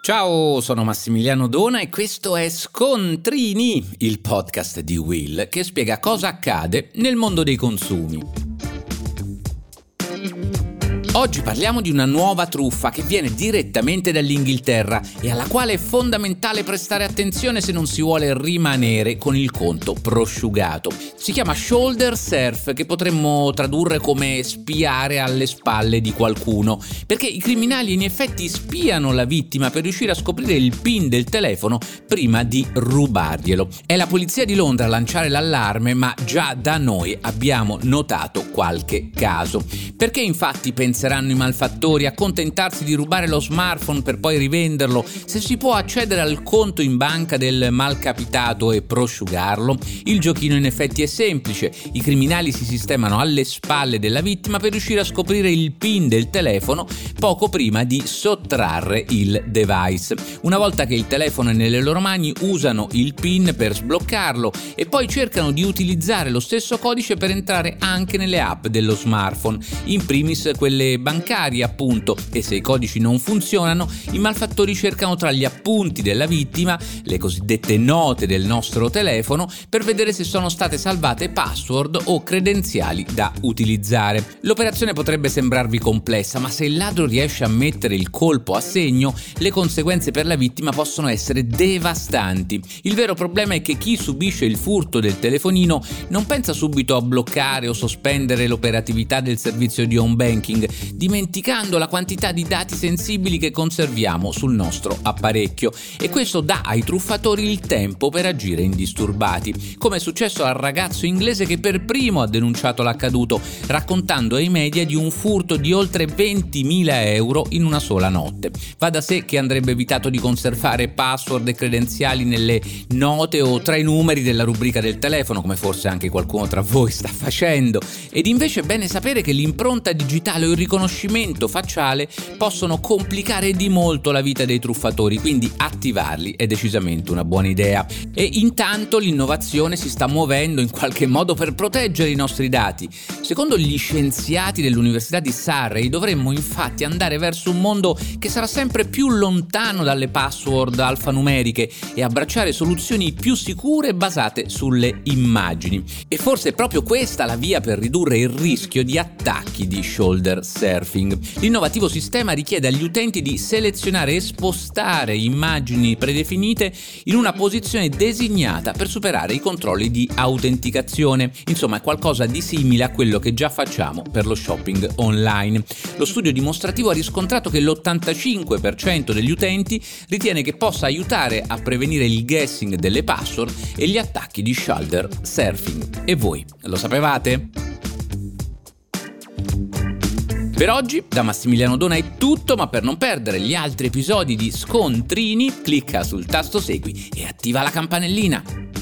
Ciao, sono Massimiliano Dona e questo è Scontrini, il podcast di Will che spiega cosa accade nel mondo dei consumi. Oggi parliamo di una nuova truffa che viene direttamente dall'Inghilterra e alla quale è fondamentale prestare attenzione se non si vuole rimanere con il conto prosciugato. Si chiama shoulder surf, che potremmo tradurre come spiare alle spalle di qualcuno, perché i criminali in effetti spiano la vittima per riuscire a scoprire il PIN del telefono prima di rubarglielo. È la polizia di Londra a lanciare l'allarme, ma già da noi abbiamo notato qualche caso. Perché infatti penseranno i malfattori a accontentarsi di rubare lo smartphone per poi rivenderlo se si può accedere al conto in banca del malcapitato e prosciugarlo? Il giochino in effetti è semplice: i criminali si sistemano alle spalle della vittima per riuscire a scoprire il PIN del telefono poco prima di sottrarre il device. Una volta che il telefono è nelle loro mani, usano il PIN per sbloccarlo e poi cercano di utilizzare lo stesso codice per entrare anche nelle app dello smartphone, in primis quelle bancarie appunto, e se i codici non funzionano i malfattori cercano tra gli appunti della vittima, le cosiddette note del nostro telefono, per vedere se sono state salvate password o credenziali da utilizzare. L'operazione potrebbe sembrarvi complessa, ma se il ladro riesce a mettere il colpo a segno, le conseguenze per la vittima possono essere devastanti. Il vero problema è che chi subisce il furto del telefonino non pensa subito a bloccare o sospendere l'operatività del servizio di home banking, dimenticando la quantità di dati sensibili che conserviamo sul nostro apparecchio, e questo dà ai truffatori il tempo per agire indisturbati, come è successo al ragazzo inglese che per primo ha denunciato l'accaduto, raccontando ai media di un furto di oltre 20.000 euro in una sola notte. Va da sé che andrebbe evitato di conservare password e credenziali nelle note o tra i numeri della rubrica del telefono, come forse anche qualcuno tra voi sta facendo, ed invece è bene sapere che l'impronta digitale o il riconoscimento facciale possono complicare di molto la vita dei truffatori, quindi attivarli è decisamente una buona idea. E intanto l'innovazione si sta muovendo in qualche modo per proteggere i nostri dati. Secondo gli scienziati dell'Università di Surrey dovremmo infatti andare verso un mondo che sarà sempre più lontano dalle password alfanumeriche e abbracciare soluzioni più sicure basate sulle immagini. E forse è proprio questa la via per ridurre il rischio di attacchi di shoulder surfing. L'innovativo sistema richiede agli utenti di selezionare e spostare immagini predefinite in una posizione designata per superare i controlli di autenticazione. Insomma, è qualcosa di simile a quello che già facciamo per lo shopping online. Lo studio dimostrativo ha riscontrato che l'85% degli utenti ritiene che possa aiutare a prevenire il guessing delle password e gli attacchi di shoulder surfing. E voi, lo sapevate? Per oggi da Massimiliano Dona è tutto, ma per non perdere gli altri episodi di Scontrini, clicca sul tasto segui e attiva la campanellina.